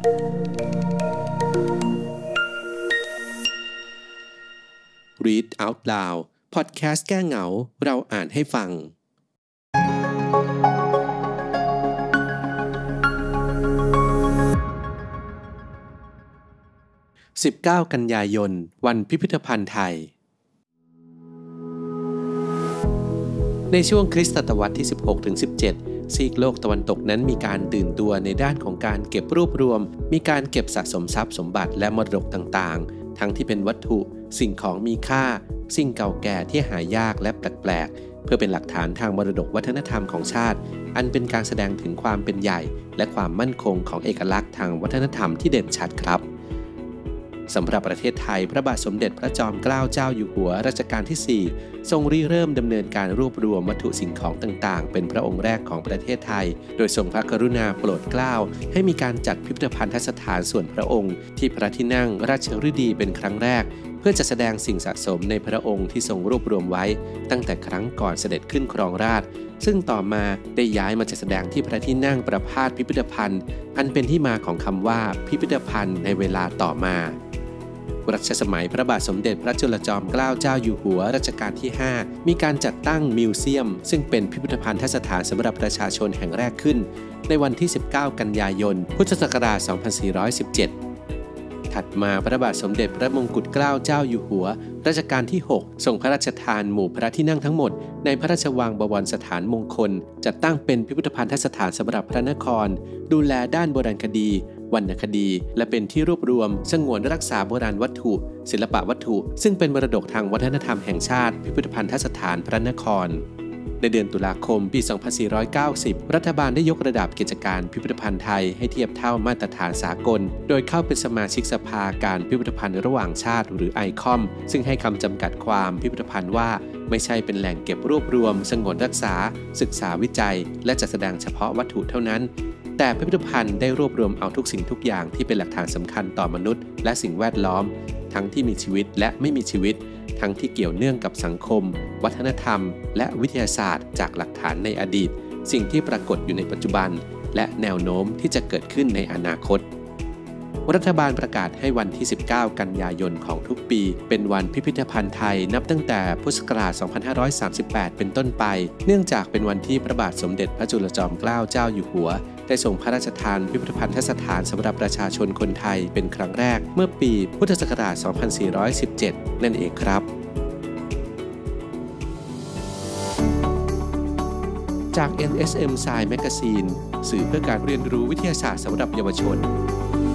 Read Out Loud พอดแคสต์แก้เหงาเราอ่านให้ฟัง19 กันยายนวันพิพิธภัณฑ์ไทยในช่วงคริสตศตวรรษที่ 16-17 ซีกโลกตะวันตกนั้นมีการตื่นตัวในด้านของการเก็บรวบรวมมีการเก็บสะสมทรัพย์สมบัติและมรดกต่างๆทั้งที่เป็นวัตถุสิ่งของมีค่าสิ่งเก่าแก่ที่หายากและแปลกๆเพื่อเป็นหลักฐานทางมรดกวัฒนธรรมของชาติอันเป็นการแสดงถึงความเป็นใหญ่และความมั่นคงของเอกลักษณ์ทางวัฒนธรรมที่เด่นชัดครับสำหรับประเทศไทยพระบาทสมเด็จพระจอมเกล้าเจ้าอยู่หัวรัชกาลที่ 4 ทรงริเริ่มดำเนินการรวบรวมวัตถุสิ่งของต่างๆเป็นพระองค์แรกของประเทศไทยโดยทรงพระกรุณาโปรดเกล้าให้มีการจัดพิพิธภัณฑสถานส่วนพระองค์ที่พระที่นั่งราชฤดีเป็นครั้งแรกเพื่อจะแสดงสิ่งสะสมในพระองค์ที่ทรงรวบรวมไว้ตั้งแต่ครั้งก่อนเสด็จขึ้นครองราชย์ซึ่งต่อมาได้ย้ายมาจัดแสดงที่พระที่นั่งประพาสพิพิธภัณฑ์อันเป็นที่มาของคำว่าพิพิธภัณฑ์ในเวลาต่อมารัชสมัยพระบาทสมเด็จพระจุลจอมเกล้าเจ้าอยู่หัวรัชกาลที่ 5 มีการจัดตั้งมิวเซียมซึ่งเป็นพิพิธภัณฑสถานสำหรับประชาชนแห่งแรกขึ้นในวันที่ 19 กันยายน พุทธศักราช 2417 ถัดมาพระบาทสมเด็จพระมงกุฎเกล้าเจ้าอยู่หัวรัชกาลที่ 6 ทรงพระราชทานหมู่พระที่นั่งทั้งหมดในพระราชวังบวรสถานมงคลจัดตั้งเป็นพิพิธภัณฑสถานสำหรับพระนครดูแลด้านโบราณคดีวรรณคดีและเป็นที่รวบรวมสงวนรักษาโบราณวัตถุศิลปวัตถุซึ่งเป็นมรดกทางวัฒนธรรมแห่งชาติพิพิธภัณฑสถานพระนครในเดือนตุลาคมปี 2490 รัฐบาลได้ยกระดับกิจการพิพิธภัณฑ์ไทยให้เทียบเท่ามาตรฐานสากลโดยเข้าเป็นสมาชิกสภาการพิพิธภัณฑ์ระหว่างชาติหรือ ICOM ซึ่งให้คำจำกัดความพิพิธภัณฑ์ว่าไม่ใช่เป็นแหล่งเก็บรวบรวมสงวนรักษาศึกษาวิจัยและจัดแสดงเฉพาะวัตถุเท่านั้นแต่พิพิธภัณฑ์ได้รวบรวมเอาทุกสิ่งทุกอย่างที่เป็นหลักฐานสำคัญต่อมนุษย์และสิ่งแวดล้อมทั้งที่มีชีวิตและไม่มีชีวิตทั้งที่เกี่ยวเนื่องกับสังคมวัฒนธรรมและวิทยาศาสตร์จากหลักฐานในอดีตสิ่งที่ปรากฏอยู่ในปัจจุบันและแนวโน้มที่จะเกิดขึ้นในอนาคตรัฐบาลประกาศให้วันที่ 19 กันยายนของทุกปีเป็นวันพิพิธภัณฑ์ไทยนับตั้งแต่พุทธศักราช 2538 เป็นต้นไปเนื่องจากเป็นวันที่พระบาทสมเด็จพระจุลจอมเกล้าเจ้าอยู่หัวได้ทรงพระราชทานพิพิธภัณฑสถานสำหรับประชาชนคนไทยเป็นครั้งแรกเมื่อปีพุทธศักราช 2417 นั่นเองครับจาก NSM Science Magazine สื่อเพื่อการเรียนรู้วิทยาศาสตร์สำหรับเยาวชน